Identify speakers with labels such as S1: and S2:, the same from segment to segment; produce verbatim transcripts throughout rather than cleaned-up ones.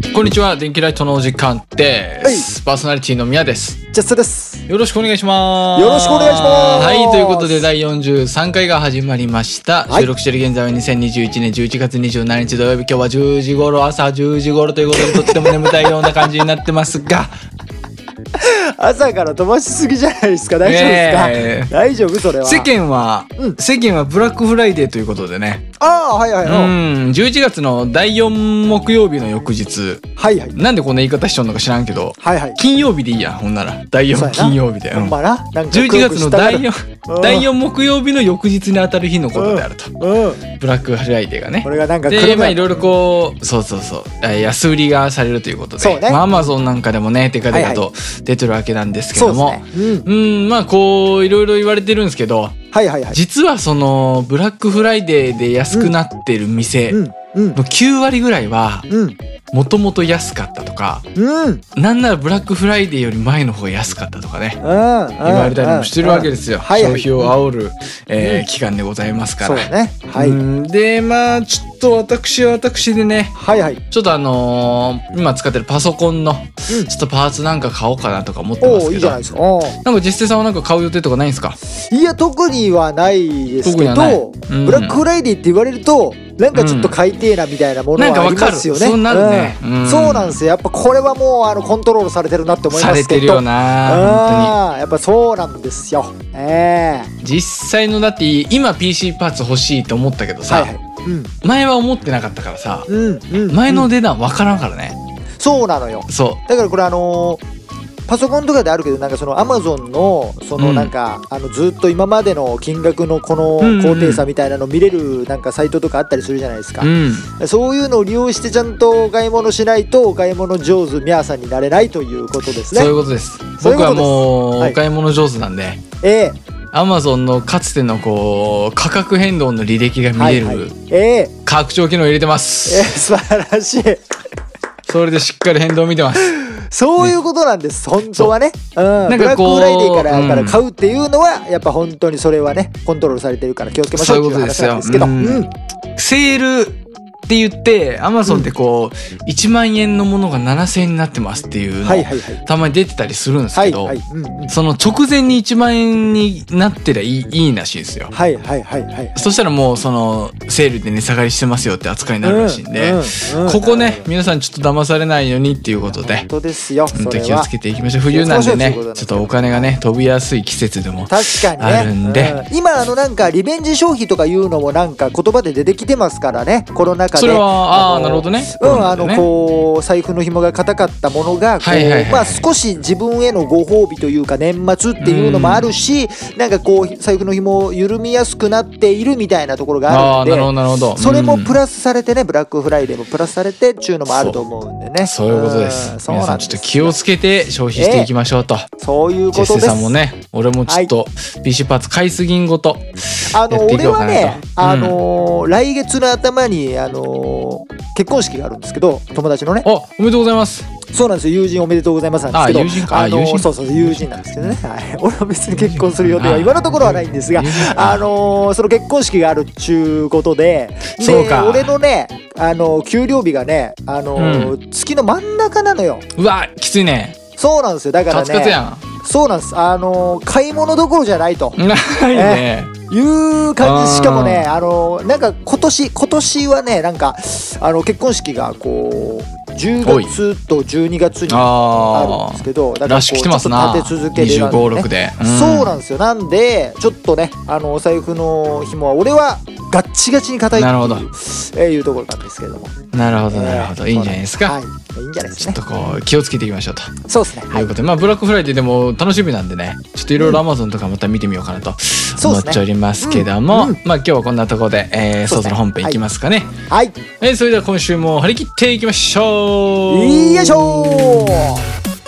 S1: こんにちは、電気ライトのお時間です。パーソナリティの宮です。
S2: ジャスです。
S1: よろしくお願いします。
S2: よろしくお願いします。
S1: はい、ということでだいよんじゅうさんかいが始まりました。はい、収録している現在はにせんにじゅういちねんじゅういちがつにじゅうしちにち土曜日、今日はじゅうじ頃、朝じゅうじ頃ということでとっても眠たいような感じになってますが
S2: 朝から飛ばしすぎじゃないですか。大丈夫ですか、えー、大丈夫それは。
S1: 世間は、うん、世間はブラックフライデーということでね。
S2: ああ、はいはいはい。
S1: うん、じゅういちがつのだいよん木曜日の翌日。はいはい。なんでこんな言い方しちゃうのか知らんけど、はいはい。金曜日でいいや、ほんなら。だいよん金曜日で。うん。まあな。なんかじゅういちがつのだいよん、だいよん木曜日の翌日に当たる日のことであると。うん。ブラックフライデーがね。これがなんかで、まあいろいろこう、そうそうそう、安売りがされるということで。そうね。まあアマゾンなんかでもね、テカテカと出てるわけなんですけども。そうですね。うん。うん、まあこう、いろいろ言われてるんですけど、はいはいはい、実はそのブラックフライデーで安くなってる店のきゅうわりぐらいはもともと安かったとか、うん、なんならブラックフライデーより前の方が安かったとかね、うん、言われたりもしてるわけですよ。消費を煽る、えー、期間でございますから。そうね、はい、うん、でまあちょっと私は私でね、はいはい、ちょっとあのー、今使ってるパソコンのちょっとパーツなんか買おうかなとか思ってますけど、いいじゃないですか。なんか実際さんはなんか買う予定とかないんですか？いや特にはないですけど、うん、ブラックフライデーって言われるとなんかちょっと買いてえなみたいなものはありますよね。そうなるね、うんうん、そうなんですよ。やっぱこれはもうあのコントロールされてるなって思いますけど。されてるよな、本当に。やっぱそうなんですよ、えー、実際のだって今 ピーシー パーツ欲しいと思ったけどさ、はいはい、うん、前は思ってなかったからさ、うんうん、前の値段分からんからね、うん、そうなのよ。そうだからこれあのーパソコンとかであるけど、なんかそのアマゾンのそのなんか、うん、あのずっと今までの金額のこの高低差みたいなの見れるなんかサイトとかあったりするじゃないですか、うん、そういうのを利用してちゃんとお買い物しないとお買い物上手ミャーさんになれないということですね。そういうことです。僕はもうお買い物上手なんで、はい、ええアマゾンのかつてのこう価格変動の履歴が見れる、はいはい、ええ拡張機能入れてます。ええ素晴らしい。それでしっかり変動見てます。そういうことなんです、ね、本当はね。うん、なんかブラックフライデーから、うん、から買うっていうのはやっぱ本当にそれはねコントロールされてるから気をつけましょうっていう話なんですけど、うんうん、セールって言ってアマゾンってこう、うん、いちまんえんのものがななせんえんになってますっていうの、はいはいはい、たまに出てたりするんですけど、はいはいうんうん、その直前にいちまんえんになってりゃいい、いいらしいんですよ。はいはいはいはい。そしたらもうそのセールで値下がりしてますよって扱いになるらしいんで、うんうんうん、ここね皆さんちょっと騙されないようにっていうことで、本当ですよ。本当気をつけていきましょう。冬なんでねちょっとお金がね飛びやすい季節でもあるんで、ねうん、今あのなんかリベンジ消費とかいうのもなんか言葉で出てきてますからね、コロナ禍で。それはああなるほどね。うん、あのこう財布の紐が硬かったものがこう、はいはいはいはい、まあ少し自分へのご褒美というか年末っていうのもあるし、うん、なんかこう財布の紐緩みやすくなっているみたいなところがあるんで、あなるほどなるほど、それもプラスされてね、ブラックフライデーもプラスされてっていうのもあると思うんでね。そう、そういうことです。皆さんちょっと気をつけて消費していきましょうと、えー、そういうことです。ジェスさんもね、俺もちょっと ピーシー パーツ買いすぎんごとやっていこうかなと。あの俺はね、あのーうん、来月の頭にあのー、結婚式があるんですけど、友達のね。あ、おめでとうございます。そうなんですよ、友人おめでとうございますなんですけど、あ、友人か、あのー、友人、そうそう友人なんですけどね、はい、俺は別に結婚する予定は今のところはないんですが、あのー、その結婚式があるっちゅうことで、で俺のね、あのー、給料日がね、あのーうん、月の真ん中なのよ。うわきついね。そうなんですよ。だからね、カツカツやん。そうなんです。あのー、買い物どころじゃないと。ないね。えーいう感じ。しかもね、あのなんか今年今年はね、なんかあの結婚式がこうじゅうがつとじゅうにがつにあるんですけど、だからこうちょっと立て続けでなんで、ね、にじゅうご、ろくで、うん、そうなんですよ。なんでちょっとね、あのお財布の紐は俺はガッチガチに硬いっていう、なるほど、えー、いうところなんですけれども。なるほどなるほど、えー、いいんじゃないですか。はい、いいんじゃないですかね。ちょっとこう気をつけていきましょうと。そうですね。ということで、まあブラックフライデーでも楽しみなんでね、ちょっといろいろ Amazon とかまた見てみようかなと思っておりますけども、うんうん、まあ今日はこんなところで、えー、そろそろ本編いきますかね。はい、えー、それでは今週も張り切っていきましょう。よいしょー。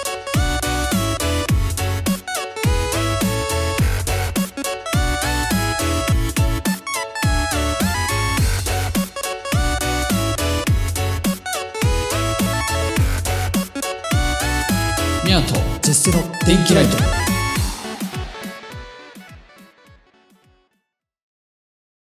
S1: ミヤとジェステの電気ライト。は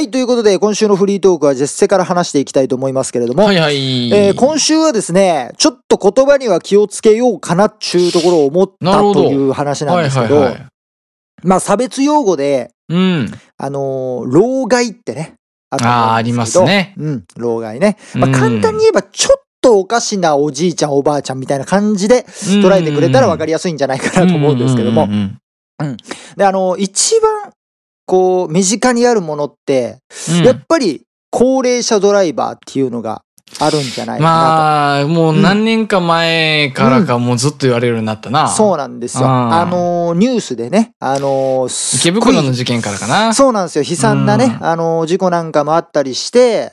S2: はいということで今週のフリートークはジェッセから話していきたいと思いますけれども、
S1: はいはい、
S2: えー、今週はですねちょっと言葉には気をつけようかなっちゅうところを思ったという話なんですけど、はいはいはい、まあ差別用語で、うん、あのー、老害ってねあると思うんですけど、あー、ありますね。うん、老害ね。まあ簡単に言えばちょっとおかしなおじいちゃんおばあちゃんみたいな感じで捉えてくれたら分かりやすいんじゃないかなと思うんですけども、うん。で、あのー、一番こう身近にあるものって、うん、やっぱり高齢者ドライバーっていうのがあるんじゃないかなと。
S1: まあもう何年か前からかもうずっと言われるようになったな、うん、
S2: そうなんですよ。あのニュースでね、あの
S1: 池袋の事件からかな。
S2: そうなんですよ。悲惨なね、うん、あの事故なんかもあったりして、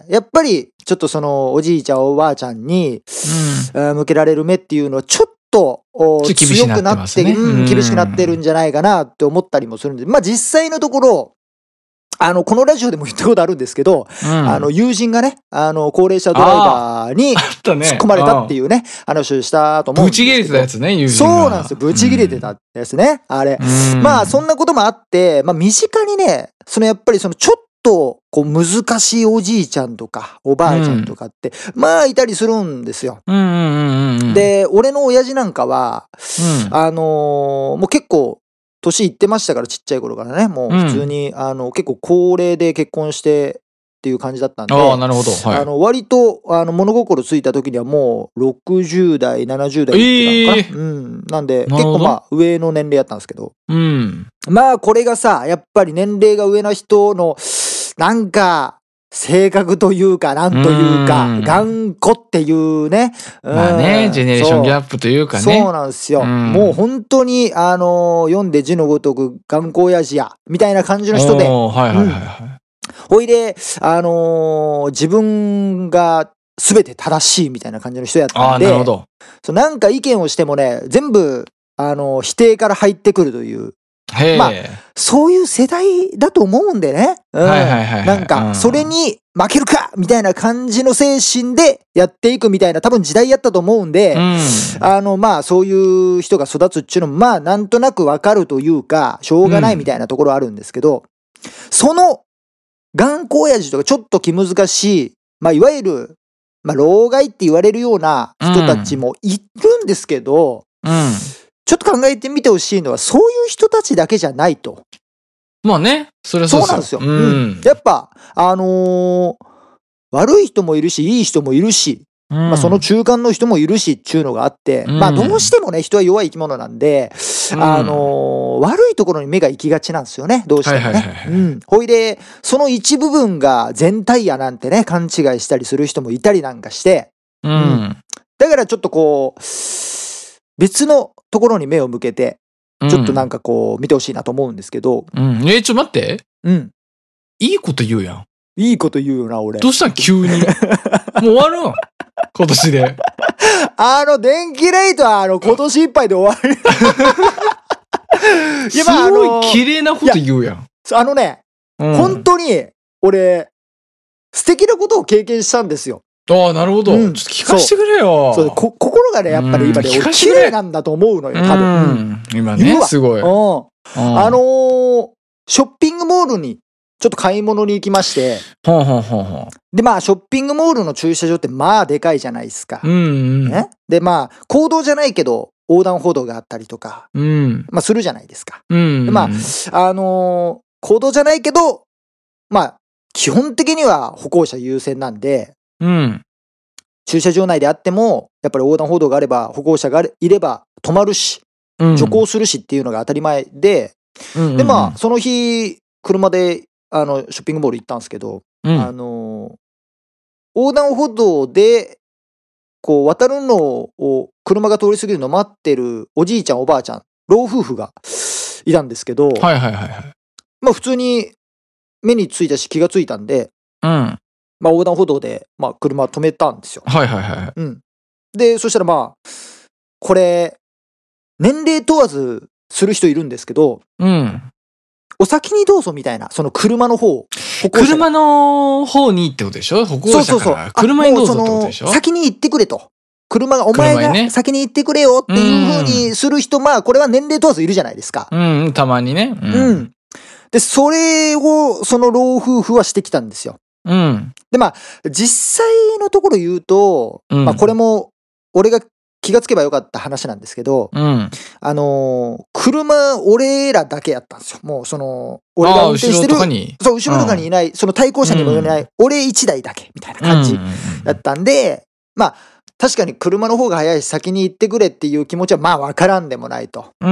S2: やっぱりちょっとそのおじいちゃんおばあちゃんに、うん、向けられる目っていうのはちょっと強くなって、ね、うん、厳しくなってるんじゃないかなって思ったりもするんで、まあ実際のところあの、このラジオでも言ったことあるんですけど、うん、あの、友人がね、あの、高齢者ドライバーに突っ込まれたっていうね、話をしたと思うんですけど。
S1: ブチ切れてたやつね、友人が。
S2: そうなんですよ。ブチ切れてたやつね、うん、あれ。まあ、そんなこともあって、まあ、身近にね、そのやっぱりそのちょっと、こう、難しいおじいちゃんとか、おばあちゃんとかって、うん、まあ、いたりするんですよ。で、俺の親父なんかは、うん、あのー、もう結構、年いってましたから、ちっちゃい頃からね、もう普通に、うん、あの結構高齢で結婚してっていう感じだったんで、
S1: ああ、なるほど、はい、
S2: あの割とあの物心ついた時にはもうろくじゅうだいななじゅうだいいってたのかな、えー、うん、なんで結構まあ上の年齢やったんですけど、うん、まあこれがさやっぱり年齢が上な人のなんか性格というか、なんというか、頑固っていうね。
S1: まあね、ジェネレーションギャップというかね。
S2: そうなんですよ。もう本当に、あの、読んで字のごとく頑固親父や、みたいな感じの人で。はいはいはいはい。ほいで、あのー、自分が全て正しいみたいな感じの人やったんで。あ、なるほど。そう、なんか意見をしてもね、全部、あの、否定から入ってくるという。まあ、そういう世代だと思うんでね。なんか、それに負けるかみたいな感じの精神でやっていくみたいな多分時代やったと思うんで、うん、あの、まあ、そういう人が育つっていうのも、まあ、なんとなくわかるというか、しょうがないみたいなところあるんですけど、うん、その、頑固親父とかちょっと気難しい、まあ、いわゆる、まあ、老害って言われるような人たちもいるんですけど、うんうんちょっと考えてみてほしいのは、そういう人たちだけじゃないと。
S1: まあね、それは
S2: そうなんですよ。うん。やっぱ、あのー、悪い人もいるし、いい人もいるし、うん、まあその中間の人もいるしっていうのがあって、うん、まあどうしてもね、人は弱い生き物なんで、うん、あのー、悪いところに目が行きがちなんですよね、どうしてもね。うん。ほいで、その一部分が全体やなんてね、勘違いしたりする人もいたりなんかして、うん。うん、だからちょっとこう、別のところに目を向けて、ちょっとなんかこう見てほしいなと思うんですけど。
S1: うん。えー、ちょ、待って。うん。いいこと言うやん。
S2: いいこと言うよな、俺。
S1: どうしたん急に。もう終わるん今年で。
S2: あの、電気レイトはあの、今年いっぱいで終わる。
S1: すごい綺麗なこと言うやん。
S2: あのね、うん、本当に、俺、素敵なことを経験したんですよ。
S1: ああ、なるほど。うん、ちょっと聞かせてくれよ。
S2: そう、こ、心がね、やっぱり今ね、俺綺麗なんだと思うのよ、多分。うん、
S1: 今ね、すごい。うん。
S2: あのー、ショッピングモールに、ちょっと買い物に行きまして。ほうほうほうほう。で、まあ、ショッピングモールの駐車場って、まあ、でかいじゃないですか。うん、うん。ね。で、まあ、公道じゃないけど、横断歩道があったりとか、うん。まあ、するじゃないですか。うん。で、まあ、あのー、公道じゃないけど、まあ、基本的には歩行者優先なんで、うん。駐車場内であっても、やっぱり横断歩道があれば、歩行者がいれば止まるし、うん、徐行するしっていうのが当たり前で、うんうんうん、で、まあ、その日、車で、あの、ショッピングモール行ったんですけど、うん、あの、横断歩道で、こう、渡るのを、車が通り過ぎるのを待ってるおじいちゃん、おばあちゃん、老夫婦がいたんですけど、はいはいはいはい。まあ、普通に目についたし気がついたんで、うん。まあ横断歩道で、まあ車止めたんですよ。はいはいはい。うん。で、そしたらまあ、これ、年齢問わずする人いるんですけど、うん。お先にどうぞみたいな、その車の方、
S1: 車の方にってことでしょ歩行者から。そうそうそう。車にどうぞってことでしょ
S2: 先に行ってくれと。車が、お前が先に行ってくれよっていう風にする人、まあこれは年齢問わずいるじゃないですか。
S1: うん、たまにね。
S2: うん。 で、それを、その老夫婦はしてきたんですよ。
S1: うん。
S2: で、まあ、実際のところ言うと、うん、まあ、これも、俺が気がつけばよかった話なんですけど、
S1: うん、
S2: あのー、車、俺らだけやったんですよ。もう、その、俺が運転してる、
S1: 後ろとかに
S2: そう、後ろとかにいない、うん、その対向車にもいない、うん、俺一台だけ、みたいな感じだったんで、まあ、確かに車の方が早いし先に行ってくれっていう気持ちはまあわからんでもないと。
S1: うん、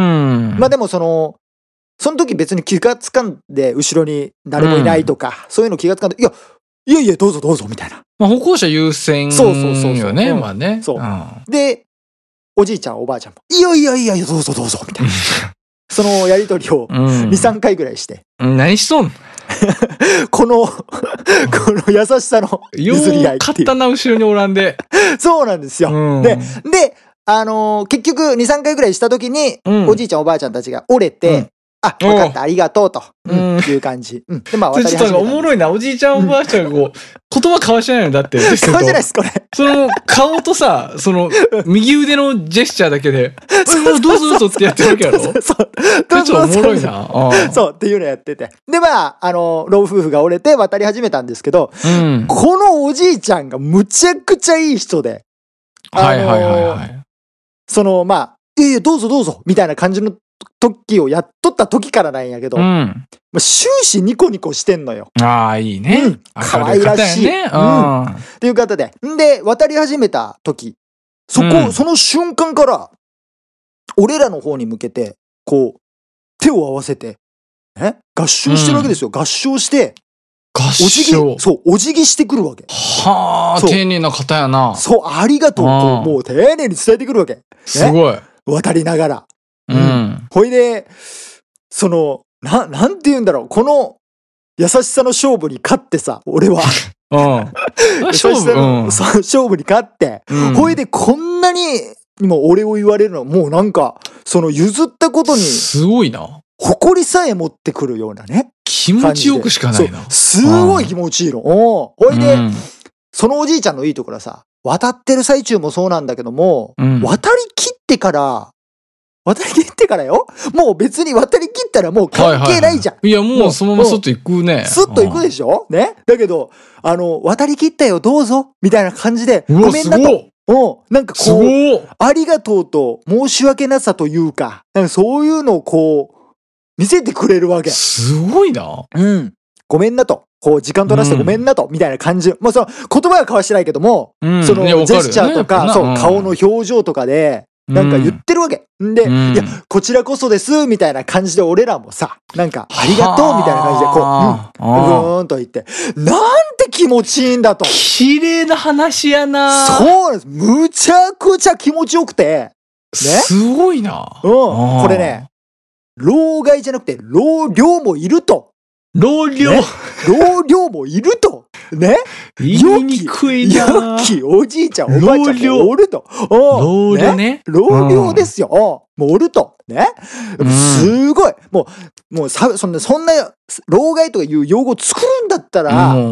S2: まあでもその、その時別に気がつかんで後ろに誰もいないとか、うん、そういうの気がつかんで、いや、いやいやどうぞどうぞみたいな。
S1: まあ歩行者優先よね。そうそうそうそう。ね、まあね。
S2: そう。うん、で、おじいちゃんおばあちゃんも、いやいやいやいやどうぞどうぞみたいな。そのやりとりをに、さんかいぐらいして。
S1: うん、何しとん
S2: この、この優しさの譲り合いっていう。
S1: よう買ったな、後ろにおらんで。
S2: そうなんですよ。うん、で、で、あのー、結局に、さんかいぐらいした時に、うん、おじいちゃんおばあちゃんたちが折れて、うん、あ、分かった、ありがとうと、うん、いう感じ。うん。で、まあ、渡り始めた。
S1: ちょっとおもろいな、おじいちゃんおばあちゃんがこう、うん、言葉交わしてないのだって。
S2: 交わしてないです、これ。
S1: その、顔とさ、その、右腕のジェスチャーだけで、どうぞどうぞってやってるわけやろ。そう。ちょっとおもろいな。
S2: そう、っていうのやってて。で、まあ、あの、老夫婦が折れて渡り始めたんですけど、
S1: うん、
S2: このおじいちゃんがむちゃくちゃいい人で、
S1: はいはいはいはい。
S2: その、まあ、いやいや、どうぞどうぞ、みたいな感じの時をやっとった時からなんやけど、
S1: うん、
S2: 終始ニコニコしてんのよ。
S1: ああ、いいね。うん。
S2: 可愛らしい。ね、うん。っていう方で。んで、渡り始めた時、そこ、うん、その瞬間から、俺らの方に向けて、こう、手を合わせて、え合唱してるわけですよ。うん、合唱して、
S1: 合唱。
S2: そう、お辞儀してくるわけ。
S1: はあ、丁寧な方やな。
S2: そう、ありがとう。こうもう丁寧に伝えてくるわけ。ね、
S1: すごい。
S2: 渡りながら。
S1: うん。うん、
S2: ほいで、その、な、なんて言うんだろう。この優しさの勝負に勝ってさ、俺は。
S1: うん。
S2: 優しさの、うん、勝負に勝って。うん、ほいで、こんなに、も俺を言われるの、もうなんか、その譲ったことに。
S1: すごいな。
S2: 誇りさえ持ってくるようなね。
S1: 気持ちよくしかないな。
S2: すごい気持ちいいの。おほいで、うん、そのおじいちゃんのいいところはさ、渡ってる最中もそうなんだけども、うん、渡り切ってから、渡り切ってからよ、もう別に渡り切ったらもう関係ないじゃん。
S1: はいはいはい、いやもうそのままスッと行くね。
S2: スッと行くでしょね。だけど、あの、渡り切ったよ、どうぞみたいな感じで、ごめんなと。おなんかこう、ありがとうと申し訳なさというか、なんかそういうのをこう、見せてくれるわけ。
S1: すごいな。
S2: うん。ごめんなと。こう、時間取らせてごめんなと。うん、みたいな感じ。もうその、言葉は交わしてないけども、うん、その、ジェスチャーとか、ね、そう、うん、顔の表情とかで、なんか言ってるわけ。んで、うん、いや、こちらこそです、みたいな感じで俺らもさ、なんか、ありがとう、みたいな感じで、こう、うん、ぐーんと言って、なんて気持ちいいんだと。
S1: 綺麗な話やな。
S2: そうなんです。むちゃくちゃ気持ちよくて、ね。
S1: すごいな。
S2: うん。これね、老害じゃなくて、老量もいると。
S1: 老量、
S2: ね、老量もいると。ね。
S1: 言いにくいな。
S2: 良きおじいちゃん、おばあちゃんもおると。
S1: 老量ね。
S2: 老量ですよ。もうおると。ね。すごい。もう、もうさ、そんな、そんな、老害とかいう用語作るんだったら、
S1: うん、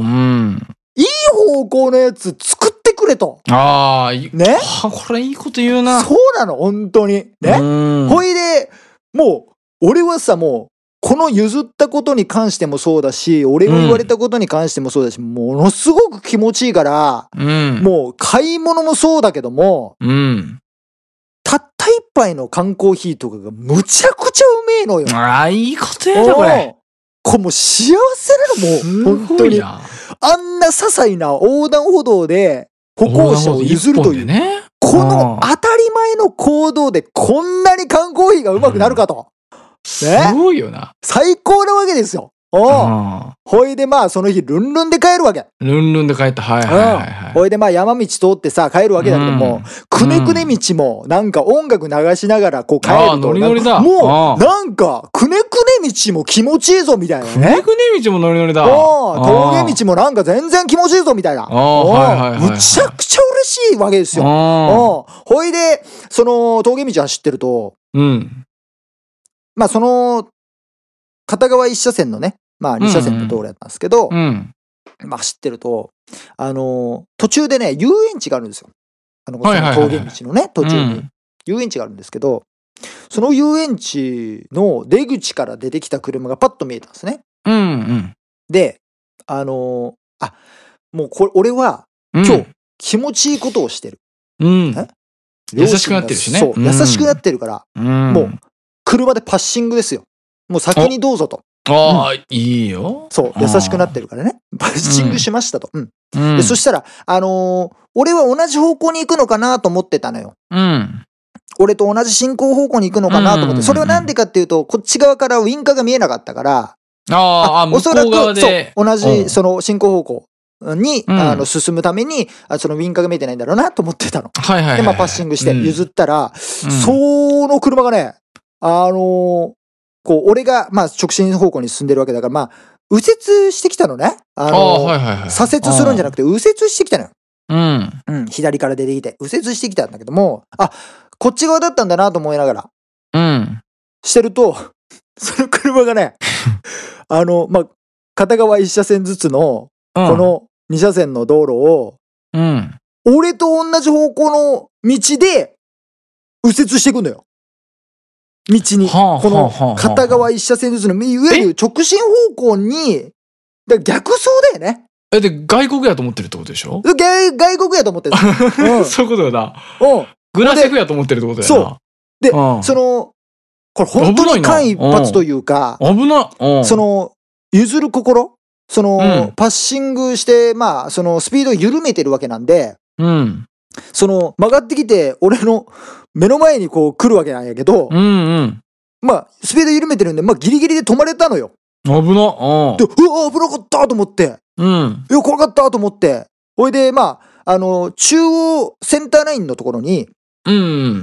S2: いい方向のやつ作ってくれと。
S1: ああ、
S2: ね。
S1: これいいこと言うな。
S2: そうなの、本当に。ね。ほいで、もう、俺はさ、もう、この譲ったことに関してもそうだし、俺が言われたことに関してもそうだし、うん、ものすごく気持ちいいから、
S1: うん、
S2: もう買い物もそうだけども、
S1: うん、
S2: たった一杯の缶コーヒーとかがむちゃくちゃうめえのよ。
S1: ああ、いいことやな、これ。
S2: これもう幸せなの、もう。本当に。あんな些細な横断歩道で歩行者を譲るという。
S1: ね、
S2: この当たり前の行動でこんなに缶コーヒーがうまくなるかと。ね、
S1: すごいよな。
S2: 最高なわけですよ。おう。ほいでまあその日ルンルンで帰るわけ。
S1: ルンルンで帰った。はいはいはい、はい。
S2: ほいでまあ山道通ってさ帰るわけだけども、うん、くねくね道もなんか音楽流しながらこう帰ると。
S1: ノリノリだ。
S2: もうなんかくねくね道も気持ちいいぞみたいなね。
S1: くねくね道もノリノリだ。
S2: お峠道もなんか全然気持ちいいぞみたいな。
S1: はいはいはいはい、
S2: むちゃくちゃ嬉しいわけですよ。ほいでその峠道走ってると、
S1: うん、
S2: まあその片側一車線のね、まあに車線の道路やったんですけど、
S1: うんうん、
S2: まあ走ってると、あのー、途中でね、遊園地があるんですよ。あの、その峠道のね、途中に。遊園地があるんですけど、 その遊園地の出口から出てきた車がパッと見えたんですね。
S1: うんうん。
S2: で、あのー、あ、もうこれ、俺は、今日、気持ちいいことをしてる。
S1: うん。優しくなってるしね。
S2: そう、優しくなってるから、うん、もう、車でパッシングですよ。もう先にどうぞと。
S1: ああ、うん、いいよ。
S2: そう、優しくなってるからね。パッシングしましたと。うん。うん、でそしたら、あのー、俺は同じ方向に行くのかなと思ってたのよ。
S1: うん。
S2: 俺と同じ進行方向に行くのかなと思って、それはなんでかっていうと、こっち側からウインカーが見えなかったから、
S1: ああ、おそらく、そう、
S2: 同じ、その進行方向に、うん、あの、進むために、そのウインカーが見えてないんだろうなと思ってたの。
S1: はいはいはい。
S2: で、まあ、パッシングして譲ったら、うん、その車がね、あのー、こう、俺が、まあ、直進方向に進んでるわけだから、まあ、右折してきたのね。あのー、あはいはいはい、左折するんじゃなくて、右折してきたのよ。
S1: うん。
S2: うん、左から出てきて、右折してきたんだけども、あ、こっち側だったんだなと思いながら、
S1: うん。
S2: してると、その車がね、あの、まあ、片側一車線ずつの、この二車線の道路を、
S1: うん。
S2: 俺と同じ方向の道で、右折していくんだよ。道に。この片側一車線ずつの、いわゆる直進方向に、だ逆走だよね。
S1: え、で、外国やと思ってるってことでしょ？
S2: 外、外国やと思ってる。
S1: うん、そういうことよな。
S2: うん。
S1: グラセフやと思ってるってことやな。
S2: そう。で、うん、その、これ本当に間一髪というか、
S1: 危な。
S2: その、譲る心その、うん、パッシングして、まあ、その、スピードを緩めてるわけなんで、
S1: うん。
S2: その、曲がってきて、俺の目の前にこう来るわけなんやけど、
S1: うんうん。
S2: まあ、スピード緩めてるんで、まあ、ギリギリで止まれたのよ。
S1: 危な。うん。で、う
S2: わ、危なかったと思って。
S1: うん。
S2: いや、怖かったと思って。ほいで、まあ、あの、中央センターラインのところに、
S1: うん。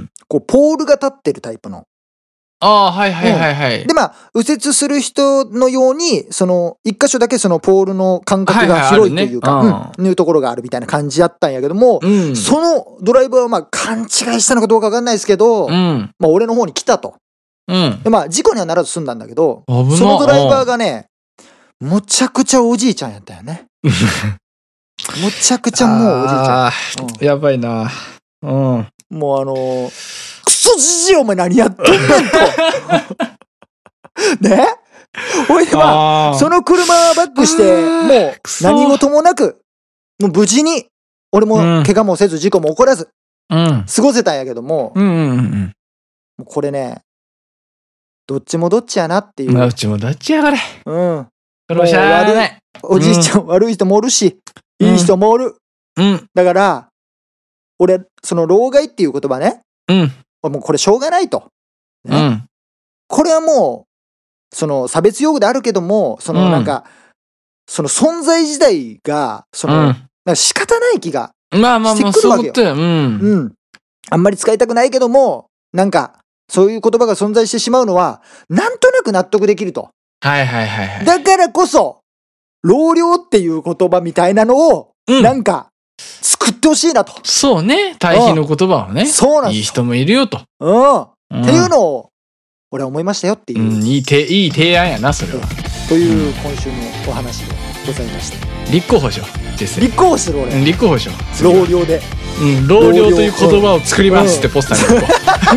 S2: こう、ポールが立ってるタイプの。
S1: ああ、はいはいはいはい、
S2: うん。で、まあ、右折する人のように、その、一箇所だけそのポールの間隔が広いというか、はいはいね、うん、いうところがあるみたいな感じやったんやけども、
S1: うん、
S2: そのドライバーはまあ、勘違いしたのかどうかわかんないですけど、
S1: うん、
S2: まあ、俺の方に来たと。
S1: うん。
S2: で、まあ、事故にはならず済んだんだけど、
S1: そ
S2: のドライバーがね、むちゃくちゃおじいちゃんやったよね。むちゃくちゃもうおじいちゃん。
S1: うん、やばいな。うん。
S2: もうあのー、クソじじいお前何やってんねんと。ねほいでまあ、その車バックして、もう何事もなく、もう無事に、俺も怪我もせず事故も起こらず、
S1: うん、
S2: 過ごせたんやけども、
S1: うんうんうん、
S2: もうこれね、どっちもどっちやなっていう。
S1: どっちもどっちやがれ。
S2: うん。
S1: それもしゃあない。
S2: おじいちゃん、うん、悪い人もおるし、いい人もおる。
S1: うん。
S2: だから、俺、その老害っていう言葉ね。
S1: うん。
S2: もうこれしょうがないと。
S1: ね、うん。
S2: これはもう、その差別用語であるけども、そのなんか、うん、その存在自体が、その、うん、なんか仕方ない気がしてくるわけよ。まあまあまあ、そういうことや。うん。うん。あんまり使いたくないけども、なんか、そういう言葉が存在してしまうのは、なんとなく納得できると。
S1: はいはいはいはい。
S2: だからこそ、老量っていう言葉みたいなのを、うん、なんか、作ってほしいなと。
S1: そうね。対比の言葉はね。うん、
S2: そうなんです。
S1: いい人もいるよと。
S2: うん。うん、っていうのを、俺は思いましたよっていう。
S1: うん、いいて、いい提案やな、それは。
S2: という今週のお話でございました。
S1: 立候補しよう。
S2: 立候補する俺。
S1: うん、立候補しよう。
S2: 老量で。
S1: うん、老量という言葉を作りますってポスターに書こ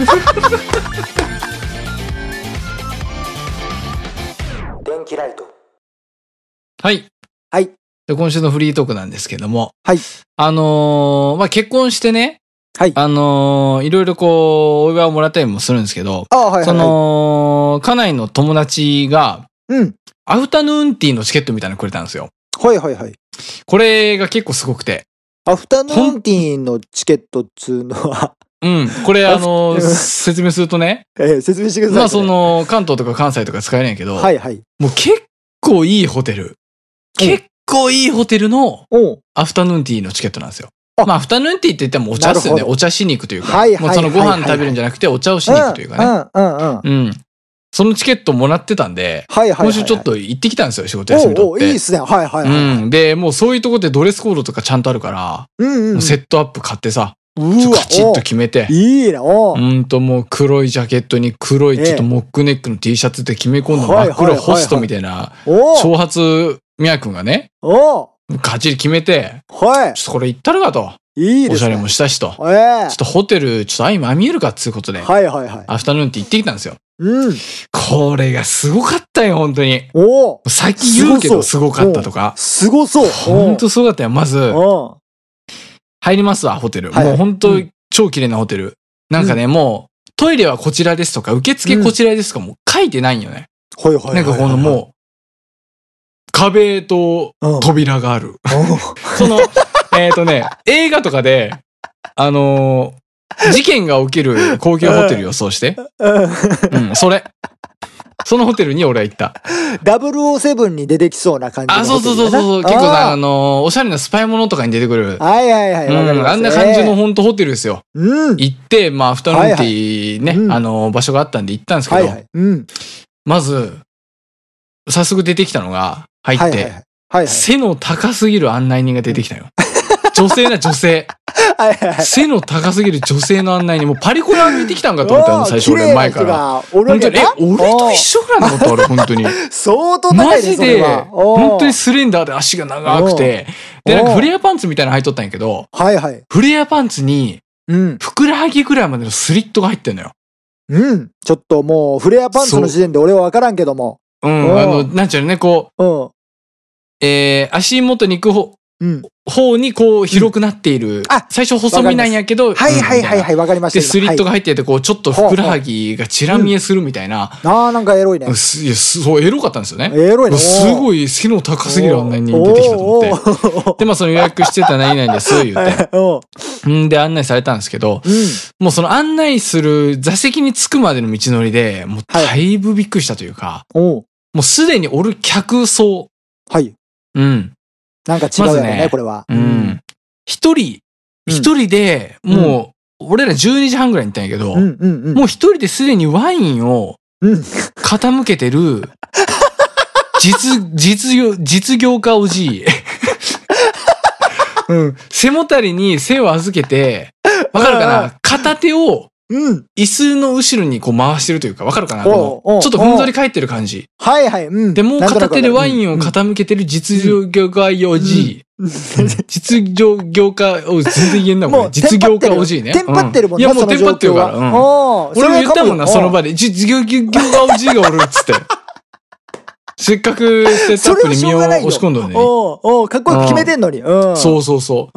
S2: う。電気ライト。
S1: はい。
S2: はい。
S1: で、今週のフリートークなんですけども。
S2: はい。
S1: あのー、まあ、結婚してね。
S2: はい。
S1: あのー、いろいろこう、お祝いをもらったりもするんですけど。
S2: あ、はいはいはい。
S1: その、家内の友達が、
S2: うん。
S1: アフタヌーンティーのチケットみたいなのくれたんですよ。
S2: はいはいはい。
S1: これが結構すごくて。
S2: アフタヌーンティーのチケットっつうのは
S1: うん。これあの、説明するとね。
S2: ええ、説明してください。
S1: まあその、関東とか関西とか使えないけど。
S2: はいはい。
S1: もう結構いいホテル。結構いいホテルのアフタヌーンティーのチケットなんですよ。まあアフタヌーンティーって言ってもお茶ですよね。お茶しに行くというか。はいはい。もうそのご飯食べるんじゃなくてお茶をしに行くというかね。
S2: うんうんうん。
S1: うん。そのチケットもらってたんで、
S2: はいはい。
S1: 今週ちょっと行ってきたんですよ、仕事休み取って。
S2: おお、いいっすね。はいはいはい。
S1: うん。で、もうそういうとこでドレスコードとかちゃんとあるから、
S2: うんうん。
S1: セットアップ買ってさ、
S2: うわ、
S1: カチッと決めて。
S2: いいな、お
S1: うんともう黒いジャケットに黒いちょっとモックネックの T シャツで決め込んだ真っ黒ホストみたいな、長髪みやくんがね、カチリ決めて、
S2: はい。
S1: ちょっとこれ行ったるかと。
S2: いいですね。
S1: おしゃれもしたしと。
S2: えー、
S1: ちょっとホテル、ちょっと相まみえるかっつうことで。
S2: はいはいはい。
S1: アフタヌーンって行ってきたんですよ。
S2: うん。
S1: これがすごかったよ、本当に。
S2: おお。
S1: 先言うけどすごかったとか。
S2: すごそう。
S1: 本当すごかったよ。まず、入りますわ、ホテル。もう本当、超綺麗なホテル。なんかね、もう、トイレはこちらですとか、受付こちらですとか、もう書いてないんよね。
S2: はいはい。
S1: なんかこのもう、壁と扉がある。その、えっとね、映画とかで、あのー、事件が起きる高級ホテル予想して。うん、それ。そのホテルに俺は行った。
S2: ダブルオーセブンに出てきそうな感じの
S1: ホテル。あ、そうそうそうそう。結構あのー、おしゃれなスパイものとかに出てくる。
S2: はいはいはい。
S1: うん、あんな感じの本当ホテルですよ。
S2: うん。
S1: 行って、まあ、アフタヌーンティーね、はいはい、あのー、場所があったんで行ったんですけど、はいはい、うん、まず、早速出てきたのが、入って、はいはいはい、背の高すぎる案内人が出てきたよ。女性な女性。はいはいはい、背の高すぎる女性の案内人、もうパリコレ歩いてきたんかと思ったよ、最初俺前から。本当に、え、俺と一緒ぐらいのことある、本当に。
S2: 相当高いね。
S1: マジで、本当にスレンダーで足が長くて、で、なんかフレアパンツみたいなの履いとったんやけど、はいはい、フレアパンツに、ふくらはぎぐらいまでのスリットが入ってんのよ。
S2: うん。ちょっともう、フレアパンツの時点で俺は分からんけども。
S1: うん、あの、なんちゅうのね、こう、えー、足元に行く方、うん、方にこう広くなっている。うん、最初細身なんやけど。
S2: はいはいはいはい、わかりました。
S1: で、スリットが入ってて、こう、ちょっとふくらはぎがチラ見えするみたいな。
S2: うん、ああ、なんかエロいね。
S1: す、いや、そう、エロかったんですよね。
S2: エロいね。
S1: すごい背の高すぎる案内人出てきたと思って。で、まあその予約してた何々です、言って。んで、案内されたんですけど、うん、もうその案内する座席に着くまでの道のりで、もうだいぶびっくりしたというか、はい、もうすでにおる客層。
S2: はい。
S1: うん。
S2: なんか違うよね、まねこれは。
S1: うん。一人、一人で、もう、俺らじゅうにじはんぐらいに行ったんやけど、もう一人ですでにワインを傾けてる、実、実業、実業家おじい。うん。背もたりに背を預けて、わかるかな？片手を、うん。椅子の後ろにこう回してるというか、わかるかな？このちょっとふんぞり返ってる感じ。
S2: はいはい。うん。
S1: で、もう片手でワインを傾けてる実業家おじい。実業家おじい。全然言えんな、これ。実業家おじいね。
S2: テンパってるもん
S1: ね。いや、もうテンパってるから。俺も言ったもんな、その場で。実業家おじいがおるっつって。せっかくセットアップに身を押し込んだのに。
S2: おおおかっこよく決めてんのに。
S1: そうそうそう。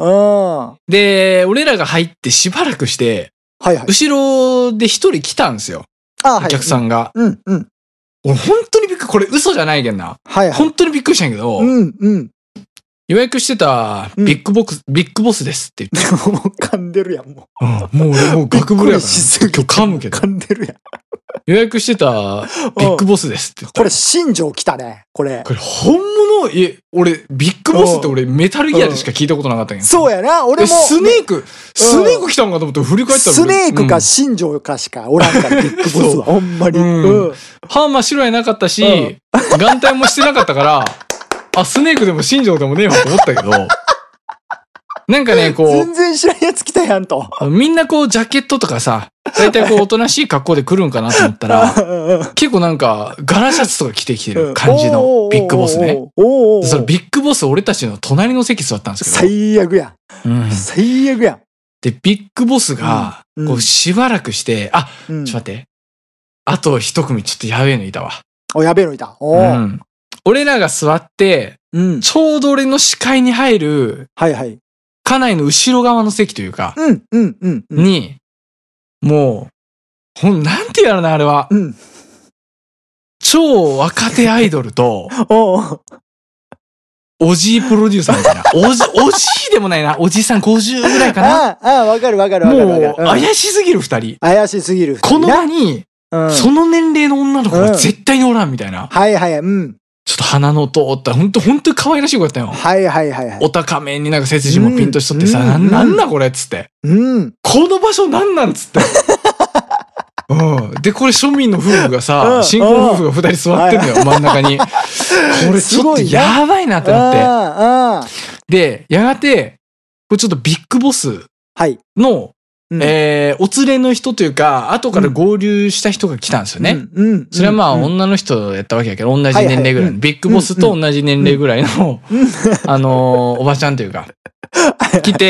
S1: で、俺らが入ってしばらくして、はいはい、後ろで一人来たんですよ。お客さんが。うんうん。俺本当にびっくり、これ嘘じゃないけんな。はいはい。本当にびっくりしたんやけど、うんうん。予約してたビッグボックス、ビッグボスですって言って。
S2: もう噛んでるやん、も
S1: う。うん、もう俺もうガクブレやから。今日噛むけど。
S2: 噛んでるやん。
S1: 予約してたビッグボスですって言った。
S2: これ新庄来たね、これ。
S1: これ本物、いえ、俺、ビッグボスって俺メタルギアでしか聞いたことなかったんや。
S2: そうやな、俺も。
S1: スネーク、スネーク来たんかと思って振り返ったら。
S2: スネークか新庄かしかおらんから、ビッグボスは。ほんまに。
S1: 歯真っ白やなかったし、眼帯もしてなかったから、あ、スネークでも新庄でもねえわと思ったけど、なんかね、こう。
S2: 全然知らんやつ来たやんと。
S1: みんなこう、ジャケットとかさ、だいたいこう、おとなしい格好で来るんかなと思ったら、結構なんか、ガラシャツとか着てきてる感じのビッグボスね。そのビッグボス、俺たちの隣の席座ったんですけど。
S2: 最悪や。うん、最悪やん。
S1: で、ビッグボスが、こう、しばらくして、あ、ちょっと待って。あと一組ちょっとやべえのいたわ。
S2: お、やべえのいた。お
S1: うん。俺らが座って、ちょうど俺の視界に入る、はいはい。家内の後ろ側の席というか、うん、うん、うん。に、もう、ほん、なんて言うのな、あれは。うん。超若手アイドルと、おおじいプロデューサーみたいな。おじ、おじいでもないな。おじさんごじゅうぐらいかな。
S2: ああ、ああ、わかるわかるわかる。
S1: もう、怪しすぎる二人。
S2: 怪しすぎる二人。
S1: この場に、その年齢の女の子が絶対におらんみたいな。
S2: はいはい、うん。
S1: ちょっと鼻の通った、ほんと、ほんと可愛らしい子だったよ。
S2: はいはいはいはい。
S1: お高めになんか背筋もピンとしとってさ、うん、なんなんこれっつって。うん。この場所なんなんつって。うん。で、これ庶民の夫婦がさ、新婚夫婦が二人座ってんだよ、真ん中に。これちょっとやばいなってなって。で、やがて、これちょっとビッグボスの、うん、えー、お連れの人というか、後から合流した人が来たんですよね。うんうん、それはまあ、女の人やったわけやけど、同じ年齢ぐらいの、ビッグボスと同じ年齢ぐらいの、あのー、おばちゃんというか、来て、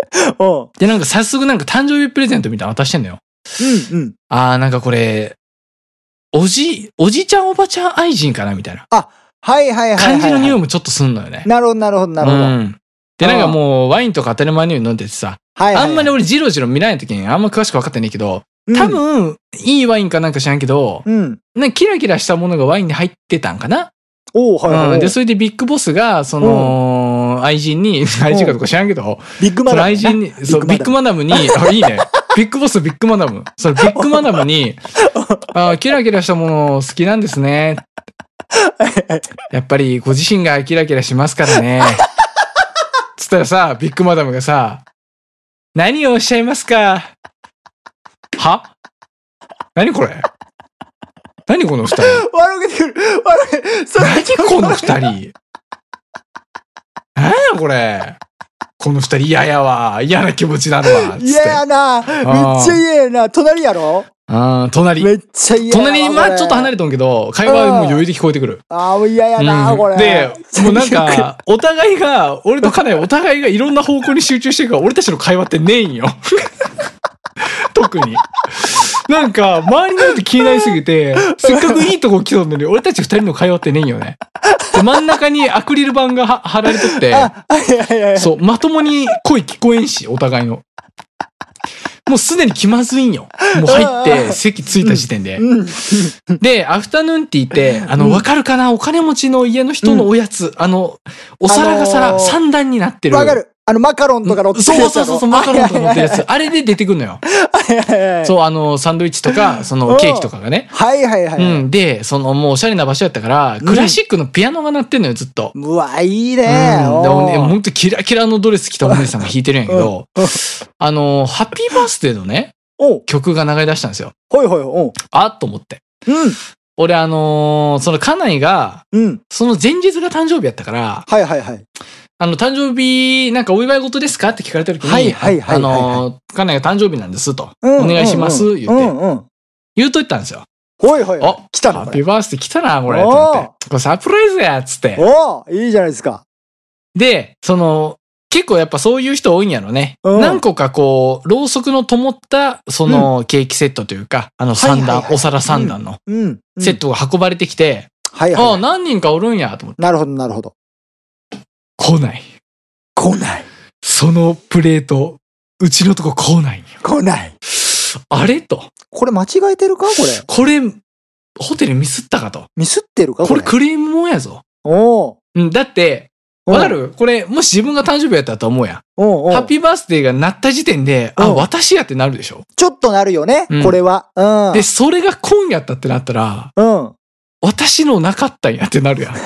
S1: で、なんか早速なんか誕生日プレゼントみたいなの渡してんのよ。
S2: うんうん。
S1: あー、なんかこれ、おじ、おじちゃんおばちゃん愛人かなみたいな。
S2: あ、はいはいはいはい。
S1: 感じの匂いもちょっとすんのよね。
S2: なるほどなるほどなるほど。うん。
S1: で、なんかもうワインとか当たり前のように飲んでてさ、はいはいはい、あんまり俺ジロジロ見ない時にあんま詳しく分かってないけど、多分、うん、いいワインかなんか知らんけど、うん、なんかキラキラしたものがワインに入ってたんかな。おはいはいはい、うん。で、それでビッグボスが、その、愛人に、愛人かとか知らんけど、
S2: ビッグマダム。
S1: 愛人に、そう、ビッグマダムに、あ、いいね。ビッグボスビッグマダム。それビッグマダムに、あ、キラキラしたもの好きなんですね。やっぱりご自身がキラキラしますからね。つったらさ、ビッグマダムがさ、何をおっしゃいますか？は？何これ？何この二人？
S2: 笑けてくる。笑け、
S1: 何この二人？何やこれ？この二人嫌やわ。嫌な気持ちになるわ。
S2: 嫌やな。めっちゃ嫌やな。隣やろ？
S1: ああ、隣。
S2: めっちゃ嫌や。
S1: 隣に、まあちょっと離れとんけど、会話もう余裕で聞こえてくる。
S2: ああ、もう嫌やな、うん、これ。
S1: で、もうなんか、お互いが、俺とカナイお互いがいろんな方向に集中してるから、俺たちの会話ってねえんよ。特に。なんか、周りの人気になりすぎて、せっかくいいとこ来たのに、俺たち二人の会話ってねえんよね。で、真ん中にアクリル板が貼られとって、そう、まともに声聞こえんし、お互いの。もうすでに気まずいんよ。もう入って席着いた時点で。で、アフタヌーンティーって、あの、わかるかな？お金持ちの家の人のおやつ。あの、お皿が皿、三段になってる。
S2: わかる。あの、マカロンとか乗ってるやつ。
S1: そうそうそう、マカロンとか乗ってるやつ。あれで出てくるのよ。そう、あの、サンドイッチとか、その、ケーキとかがね。
S2: はいはいはい。
S1: うん。で、その、もうおしゃれな場所やったから、クラシックのピアノが鳴ってんのよ、ずっと。
S2: うわ、いいね。
S1: うん。でもね、ほんとキラキラのドレス着たお姉さんが弾いてるんやけど、あの、ハッピーバースデーのね、曲が流れ出したんですよ。
S2: はいはいはい。
S1: あっと思って。うん。俺あのー、その家内が、うん、その前日が誕生日やったから、
S2: はいはいはい。
S1: あの、誕生日、なんかお祝い事ですかって聞かれた時に、はいはいはい、はい。あのー、家内が誕生日なんですと、うん、お願いします、言って、うんうん、言うと言ったんですよ。
S2: はいはい。
S1: お、来たな。ハッピーバースデー来たな、これ。と思って。これサプライズや、つって。
S2: おいいじゃないですか。
S1: で、その、結構やっぱそういう人多いんやろね。うん、何個かこう、ろうそくの灯った、そのケーキセットというか、うん、あの三段、お皿三段のセットが運ばれてきて、はいはい、ああ、何人かおるんや、と思って。
S2: なるほど、なるほど。
S1: 来ない。
S2: 来ない。
S1: そのプレート、うちのとこ来ないんよ。
S2: 来ない。
S1: あれと。
S2: これ間違えてるかこれ。
S1: これ、ホテルミスったかと。
S2: ミスってるか
S1: これクレームもんやぞ。
S2: おお。
S1: うん、だって、わかる？これ、もし自分が誕生日やったと思うやん。おうおうハッピーバースデーが鳴った時点で、あ、私やってなるでしょ？
S2: ちょっとなるよね、うん、これは。うん。
S1: で、それが今やったってなったら、うん。私のなかったんやってなるやん。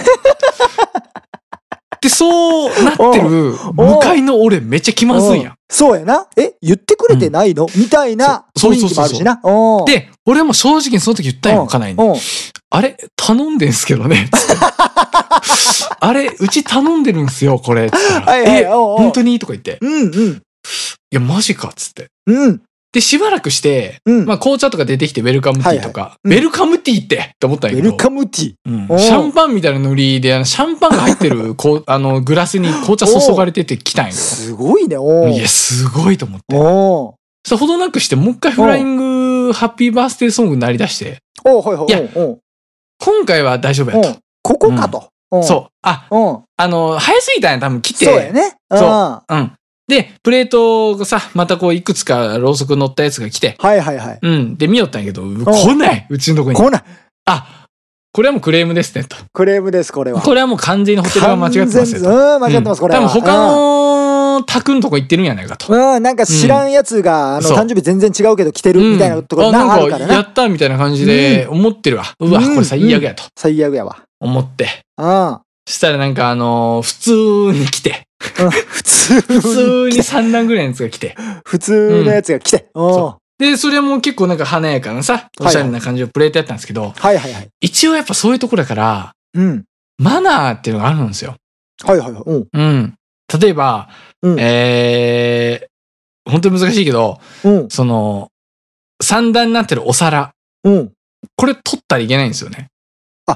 S1: で、そうなってる向かいの俺めっちゃ気まずいやん。
S2: そうやな。え、言ってくれてないの、うん、みたいな雰囲気もあるしな。
S1: で、俺も正直にその時言ったんよ、家内に。あれ頼んでんすけどね。あれうち頼んでるんすよ、これ。つったら、はいはい、え、本当にとか言って。うんうん。いや、マジかっつって。うん。で、しばらくして、うん、まあ紅茶とか出てきてウェルカムティーとか。はいはいうん、ウェルカムティーってって思ったんやけど。
S2: ウェルカムティー、
S1: うん、シャンパンみたいなノリで、シャンパンが入ってるこうあのグラスに紅茶注がれててきたんよ。
S2: すごいね、お
S1: いや、すごいと思って。おそれほどなくして、もう一回フライングハッピーバースデーソングになりだして。
S2: おはいはい。いや、
S1: 今回は大丈夫やと。
S2: ここかと。
S1: うん、そう。あ、あの、早すぎたんや、多分来て。
S2: そうやね。
S1: そう。うん。で、プレートがさ、またこういくつかろうそく乗ったやつが来て。
S2: はいはいはい。
S1: うん。で、見よったんやけど、来ない、うちのとこに。
S2: 来ない。
S1: あ、これはもうクレームですね、と。
S2: クレームです、これは。
S1: これはもう完全にホテルが間違ってますよ。
S2: うん、間違ってます、これは。
S1: 多分他の宅のとこ行ってるんやないかと。
S2: うん、なんか知らんやつが、あの、誕生日全然違うけど来てるみたいなところがあるからな。
S1: やったみたいな感じで思ってるわ。うわ、これ最悪やと。
S2: 最悪やわ。
S1: 思って。
S2: うん。
S1: したらなんかあのー、普通に来て。
S2: うん、普通
S1: 普通にさんだんぐらいのやつが来て。
S2: 普通のやつが来て。
S1: うん、そう。で、それも結構なんか華やかなさ、おしゃれな感じのプレートやったんですけど。
S2: はいはいはい。
S1: 一応やっぱそういうところだから、うん。マナーっていうのがあるんですよ。
S2: はいはいはい。うん。
S1: うん。例えば、うん、えー、本当に難しいけど、うん、その、三段になってるお皿。うん。これ取ったらいけないんですよね。
S2: あ、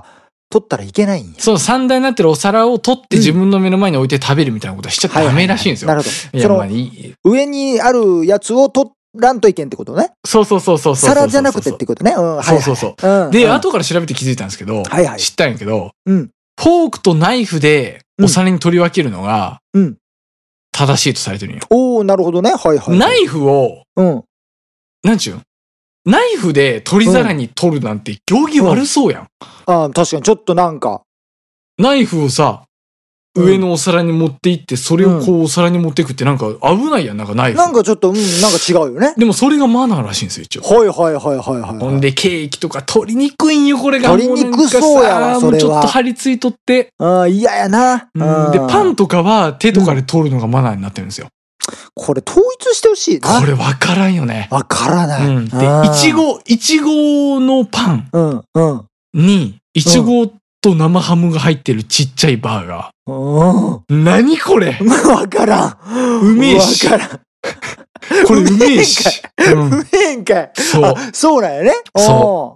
S2: 取ったらいけないんや。
S1: そう、三段になってるお皿を取って自分の目の前に置いて食べるみたいなことはしちゃダメらしいんですよ。
S2: なるほど。
S1: いや、まあいい。
S2: 上にあるやつを取らんといけんってことね。
S1: そうそうそうそう。
S2: 皿じゃなくてってことね。
S1: うん、そうそうそう。で、後から調べて気づいたんですけど、はいはい、知ったんやけど、うん、フォークとナイフでお皿に取り分けるのが、正しいとされてるんよ。
S2: おー、なるほどね。はいはい。
S1: ナイフを、うん、なんちゅうんナイフで取り皿に取るなんて行儀悪そうやん。うん、
S2: ああ、確かにちょっとなんか。
S1: ナイフをさ、上のお皿に持っていって、それをこうお皿に持っていくってなんか危ないやん、なんかナイフ。
S2: なんかちょっと、うん、なんか違うよね。
S1: でもそれがマナーらしいんですよ、一応。
S2: はいはいはいはいはい。
S1: ほんで、ケーキとか取りにくいんよ、これが。
S2: 取りにくそうやわ、それは。
S1: ちょっと張り付いとって。
S2: ああ、嫌やな。
S1: で、パンとかは手とかで取るのがマナーになってるんですよ。
S2: これ統一してほしいな。
S1: これ分からんよね。
S2: 分からない。うん、
S1: で、いちご、いちごのパンに、いちごと生ハムが入ってるちっちゃいバーガー。何これ
S2: 分からん。
S1: うめえし。
S2: 分からん。
S1: これうめえし。
S2: うめえんかい。そう。そうなんやね。
S1: そう。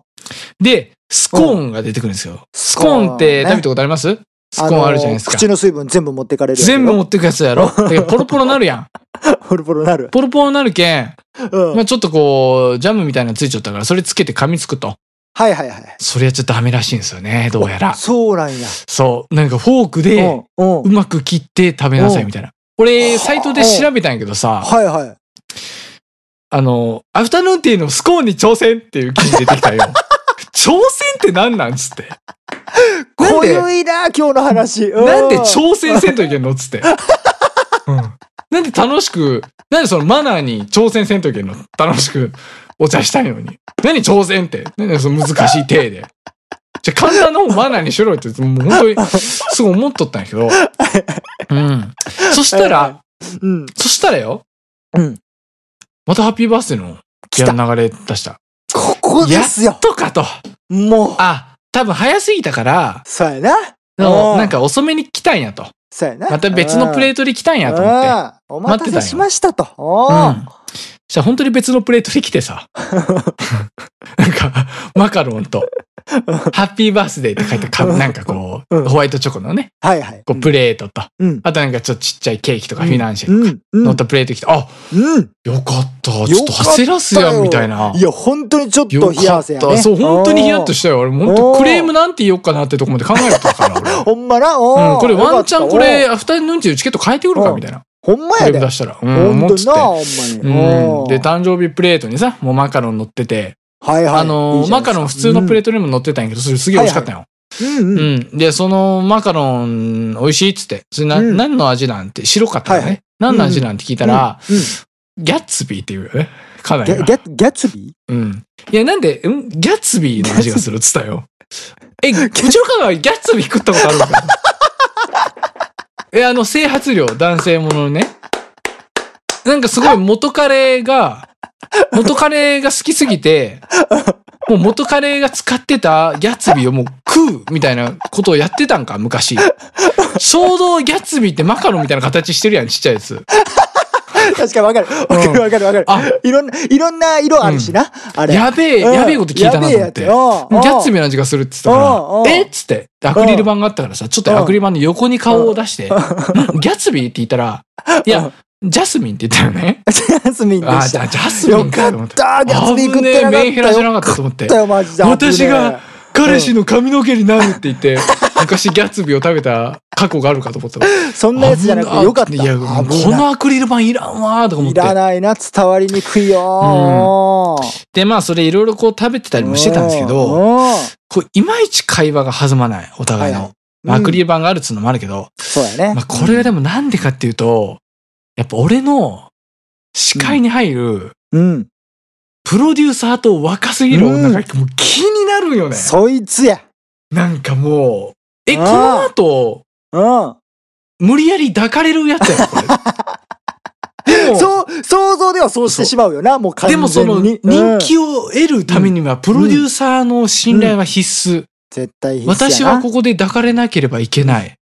S1: で、スコーンが出てくるんですよ。スコーンって食べたことあります？スコーンあるじゃないですか。
S2: 口の水分全部持ってかれるやつ。
S1: 全部持ってくやつやろ。だけどポロポロなるやん。
S2: ポロポロなる。
S1: ポロポロなるけん。うん、まあちょっとこう、ジャムみたいなのついちゃったから、それつけて噛みつくと。
S2: はいはいはい。
S1: それやっちゃダメらしいんですよね、どうやら。
S2: そうなんや。
S1: そう。なんかフォークで、うまく切って食べなさいみたいな。俺、サイトで調べたんやけどさ。
S2: はいはい。
S1: あの、アフタヌーンティーのスコーンに挑戦っていう記事出てきたよ。挑戦って何なんつって。
S2: 濃ゆいな、今日の話。
S1: なんで挑戦せんといけんのつって。うん、なんで楽しく、なんでそのマナーに挑戦せんといけんの楽しくお茶したいのに。何挑戦って。なんでその難しい体で。じゃ簡単な方マナーにしろよって、もう本当にすごい思っとったんやけど。うん。そしたら、うん、そしたらよ。うん。またハッピーバースデーの流れ出した。
S2: ここですよ。
S1: やっとかと。
S2: もう。
S1: あ、多分早すぎたから。
S2: そうやな。
S1: なんか遅めに来たんやと。
S2: そうやな。
S1: また別のプレートで来たんやと思って。
S2: お待たせしましたと。
S1: うん。じゃあ本当に別のプレートで来てさ。なんか、マカロンと、ハッピーバースデーって書いてか、なんかこう、ホワイトチョコのね。
S2: はいはい。
S1: こうプレートと、あとなんかちょっとちっちゃいケーキとかフィナンシェとか、乗ったプレート来て、あ、よかった。ちょっと焦らすやんみたいな。
S2: いや、本当にちょっと冷や汗やね。
S1: そう、本当にヒヤッとしたよ。俺、本当クレームなんて言おうかなってとこまで考えたから、俺。
S2: ほんまな、
S1: うん、これワンチャンこれ、アフターヌーンティーチケット変えてくるかみたいな。
S2: ほんまやで。
S1: 出したら。うん、
S2: ほんとな、ほんまに。
S1: で、誕生日プレートにさ、もうマカロン乗ってて、はいはい。あの、マカロン普通のプレートにも乗ってたんやけど、それすげえ美味しかったよ。うんうん。で、そのマカロン美味しいっつって、それな、何の味なんて、白かったからね。何の味なんて聞いたら、ギャッツビーっていうね。かなり。
S2: ギャッツビ
S1: ーうん。いや、なんで、んギャッツビーの味がするっつったよ。え、うちの家はギャッツビー食ったことあるのかえ、あの、整髪料、男性ものね。なんかすごい元彼が、元彼が好きすぎて、もう元彼が使ってたギャッツビーをもう食うみたいなことをやってたんか、昔。衝動ギャッツビーってマカロンみたいな形してるやん、ちっちゃいやつ。
S2: 確かにわかる。わかるわかるわかる。あ、いろんな、いろんな色あるしな。あれ。
S1: やべえ、やべえこと聞いたなと思って。ギャッツビーの味がするって言ったから、えっつって、アクリル板があったからさ、ちょっとアクリル板の横に顔を出して、ギャッツビーって言ったら、いや、ジャスミンって言ったよね。
S2: ジャスミンでした。
S1: あ、ジャスミン
S2: よかった。ギャスミン食ってなかった。
S1: メンヘラじゃなかったと思って。私が彼氏の髪の毛になるって言って、昔ギャッツビーを食べた過去があるかと思ったら。
S2: そんなやつじゃなくてよかった。いや、こ
S1: のアクリル板いらんわーとか思って。
S2: いらないな、伝わりにくいよー。
S1: で、まあ、それいろいろこう食べてたりもしてたんですけど、こういまいち会話が弾まない、お互いの。アクリル板があるっつうのもあるけど。
S2: そうやね。
S1: まあ、これはでもなんでかっていうと、やっぱ俺の視界に入る、うん。プロデューサーと若すぎる女がもう気になるよね。
S2: そいつや。
S1: なんかもう、え、この後、無理やり抱かれるやつやこれ。でも、
S2: そう、想像ではそうしてしまうよな、もう完全に。
S1: でもその人気を得るためには、プロデューサーの信頼は必須。
S2: 絶対必須やな。
S1: 私はここで抱かれなければいけない。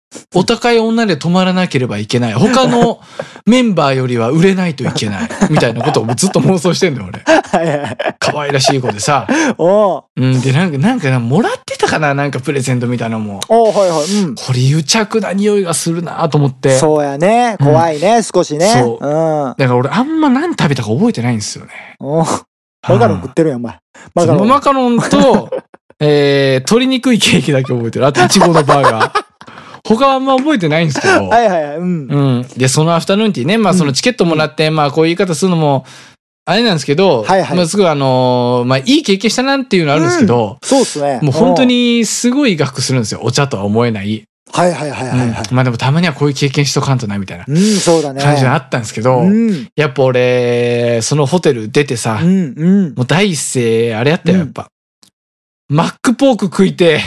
S1: お高い女で泊まらなければいけない。他のメンバーよりは売れないといけない。みたいなことをずっと妄想してんだよ、俺。はいはい。可愛らしい子でさ。おうん。で、なんか、なんかな、もらってたかななんかプレゼントみたいなのも。
S2: おはいはい。うん。
S1: これ癒着な匂いがするなと思って。
S2: そうやね。怖いね、うん、少しね。
S1: そう。うん。だから俺あんま何食べたか覚えてないんですよね。
S2: おマカロン食ってるやん、お前。
S1: マカロン。マカロンと、えー、鶏肉いケーキだけ覚えてる。あと、いちごのバーガー。他はあんま覚えてないんですけど。
S2: はいはいはい。うん。
S1: うん。で、そのアフタヌーンティーね、まあそのチケットもらって、うん、まあこういう言い方するのも、あれなんですけど、はいはい。まあすごいあのー、まあいい経験したなっていうのはあるんですけど、うん、
S2: そうですね。
S1: もう本当にすごい額するんですよ。お茶とは思えない。
S2: はいはいはいはい、はいうん。
S1: まあでもたまにはこういう経験しとかんとなみたいな。
S2: うん、そうだね。
S1: 感じがあったんですけど、うん、やっぱ俺、そのホテル出てさ、うんうん、もう第一声、あれやったよ、やっぱ。うん、マックポーク食いて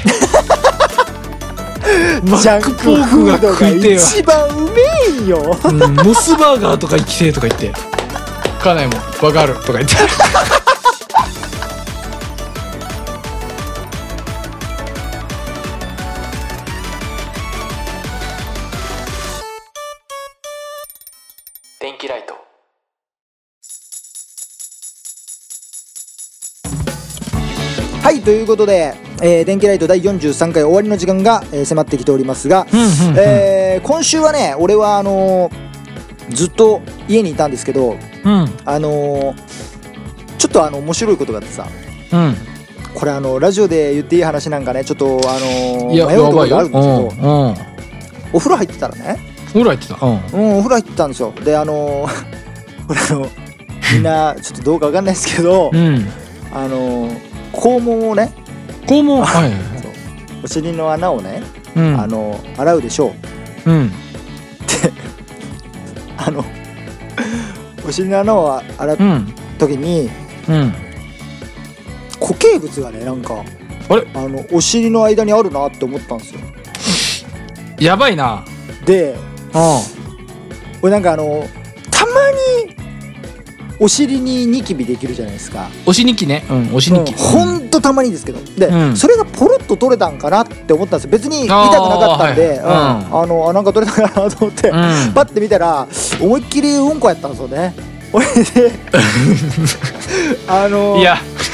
S1: マックポークが食いてよ。
S2: 一番うめえよ、
S1: うん、モスバーガーとか行きてえとか言って家内もわかるとか言って電気ライト。
S2: はい、ということで、えー、電気ライトだいよんじゅうさんかい終わりの時間が、えー、迫ってきておりますが、うんうんうんえー、今週はね俺はあのー、ずっと家にいたんですけど、うん、あのー、ちょっとあの面白いことがあってさ、うん、これあのラジオで言っていい話なんかねちょっとあのー、迷うところがあるんですけど、うんうん、お風呂入ってたらね
S1: お風呂入ってた、うん、
S2: うん、お風呂入ってたんですよ。であのー、これあのみんなちょっとどうかわかんないですけど、うん、あのー肛門をね
S1: 肛門はい、
S2: お尻の穴をね、うん、あの洗うでしょう、うん、であのお尻の穴を洗う時に、うん、固形物がねなんかあれあのお尻の間にあるなって思ったんですよ。
S1: やばいな。
S2: で、うん、俺なんかあのたまにお尻にニキビできるじゃないですか。
S1: おしニキね。うん、おしニキ。
S2: ほんとたまにですけど。で、うん、それがポロッと取れたんかなって思ったんですよ。別に痛くなかったんで、はいうん、あのあなんか取れたかなと思って、うん、パッて見たら思いっきりうんこやったんですよね。俺であの
S1: いや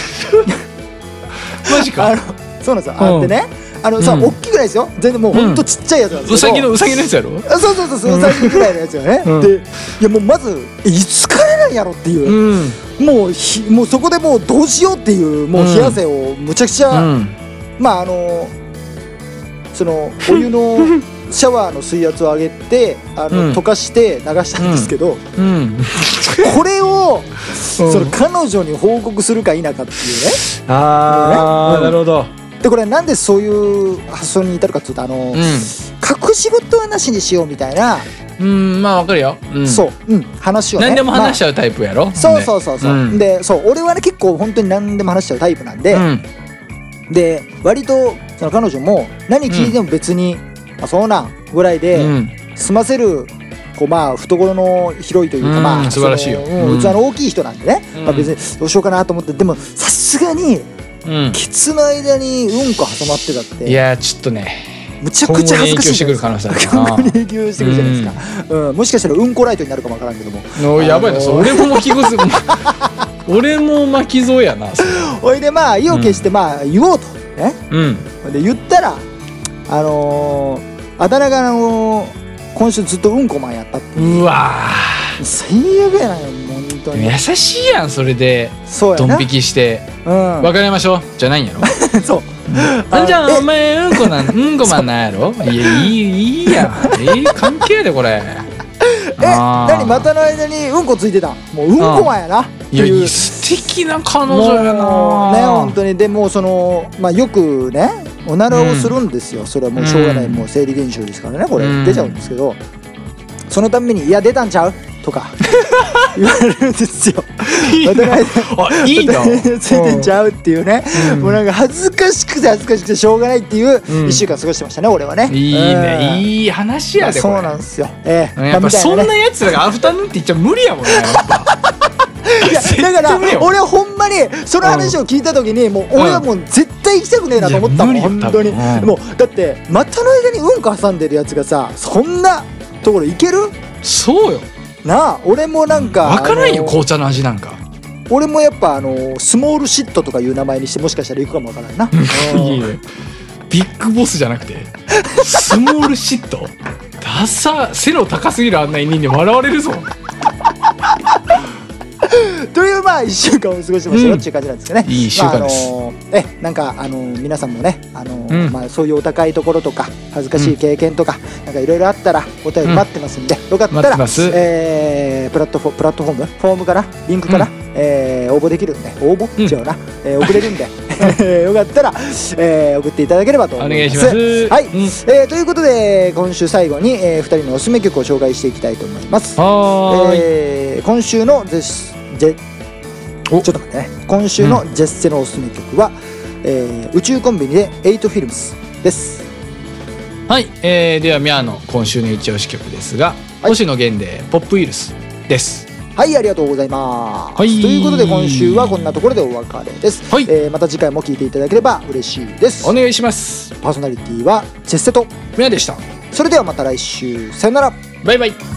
S1: マジか。
S2: あのそうなんですよ。あのでね。あのさ、うん、大きくないですよ。全然もうほんとちっちゃいやつなんですけど、
S1: うさぎのうさぎのやつやろ。
S2: そうそうそうそううさぎぐらいのやつよね、うん、でいやもうまずいつからなんやろっていう、うん、もうひもうそこでもうどうしようっていうもう冷や汗をむちゃくちゃ、うん、まああのそのお湯のシャワーの水圧を上げてあの、うん、溶かして流したんですけど、うんうん、これをその彼女に報告するか否かっていうね。
S1: ああ、ね、なるほど。
S2: でこれなんでそういう発想に至るかっていうとあの、うん、隠し事はなしにしようみたいな
S1: うんまあわかるよ、うん、
S2: そう、うん、話をね
S1: 何でも話しちゃうタイプやろ、まあ、
S2: そうそうそうそう、うん、でそう俺はね結構本当に何でも話しちゃうタイプなんで、うん、で割とその彼女も何聞いても別に、うんまあ、そうなんぐらいで、うん、済ませるこうまあ懐の広いというか、うん、まあ
S1: 素晴らしいよ、
S2: うん、器の大きい人なんでね、うんまあ、別にどうしようかなと思ってでもさすがにうん、ケツの間にうんこ挟まってたって
S1: いやちょっとね
S2: むちゃくちゃ恥ずかしい。
S1: 今後に影響してくる可能性あるな。
S2: 今後に影響してくるじゃないですか、うんうん、もしかしたらうんこライトになるかもわからんけども
S1: おやばいな、あのー、俺も巻きぐず俺も巻き添えやな。
S2: おいでまあ意を決してまあ言おうとね、うん、で言ったらあのー、あだ名があのー、今週ずっとうんこマンやったっていう。
S1: うわ
S2: 最悪やなよ本当に。
S1: 優しいやんそれでドン引きしてうん、別れましょうじゃないんやろ
S2: そう
S1: あじゃあお前うんこなんうんこマンなんやろいやいいいいやんえー、関係でこれ
S2: え何股の間にうんこついてたもううんこマンやなっていう。
S1: いや素敵な彼女やなね
S2: 本当に。でもそのまあよくねおならをするんですよ、うん、それはもうしょうがない、うん、もう生理現象ですからねこれ、うん、出ちゃうんですけどそのためにいや出たんちゃうとか言われるんですよ。
S1: いいなあいいな
S2: ついてんちゃうっていうね、うん、もうなんか恥ずかしくて恥ずかしくてしょうがないっていういっしゅうかん過ごしてましたね俺はね。
S1: いいね、うん、いい話やでこれ。
S2: そうなんですよ、え
S1: ー、やっぱそんなやつらがアフタヌーンって言っちゃ無理やもんね
S2: いやだから俺ほんまにその話を聞いた時にもう俺はもう絶対行きたくねえなと思ったもん、本当に、うん、もうだって股の間にうんこ挟んでるやつがさそんなところ行ける？
S1: そうよ
S2: なあ。俺もなんか
S1: 分からんよ紅茶の味なんか。
S2: 俺もやっぱあのスモールシットとかいう名前にしてもしかしたら行くかもわからんな。
S1: いいね、ビッグボスじゃなくてスモールシットダサ背の高すぎるあんな犬に笑われるぞ
S2: というまあいっしゅうかんを過ごしてましたよっていう感じなんですけどね。
S1: いいいっしゅうかんです、
S2: まああのー、えなんかあのー、皆さんもね、あのーうんまあ、そういうお高いところとか恥ずかしい経験とか、うん、なんかいろいろあったらお便り待ってますんで、うん、よかったら、えー、プラットフォプラットフォームフォームからリンクから、うんえー、応募できるんで応募、うん、違うな、えー、送れるんでよかったら、えー、送っていただければと思います。
S1: お願いします。
S2: はい、うんえー、ということで今週最後に、えー、ふたりのおすすめ曲を紹介していきたいと思います。
S1: はーい、
S2: えー、今週のゼスジェちょっと待ってね今週のジェッセのおすすめ曲は、うんえー、宇宙コンビニでエイトフィルムスです。
S1: はい、えー、ではミャーの今週の一押し曲ですが、はい、星野源でポップウイルスです。
S2: はい、ありがとうございます、
S1: はい、
S2: ということで今週はこんなところでお別れです、
S1: はい
S2: えー、また次回も聴いていただければ嬉しいです。
S1: お願いします。
S2: パーソナリティはチェッセと
S1: ミャーでした。
S2: それではまた来週、さよなら。
S1: バイバイ。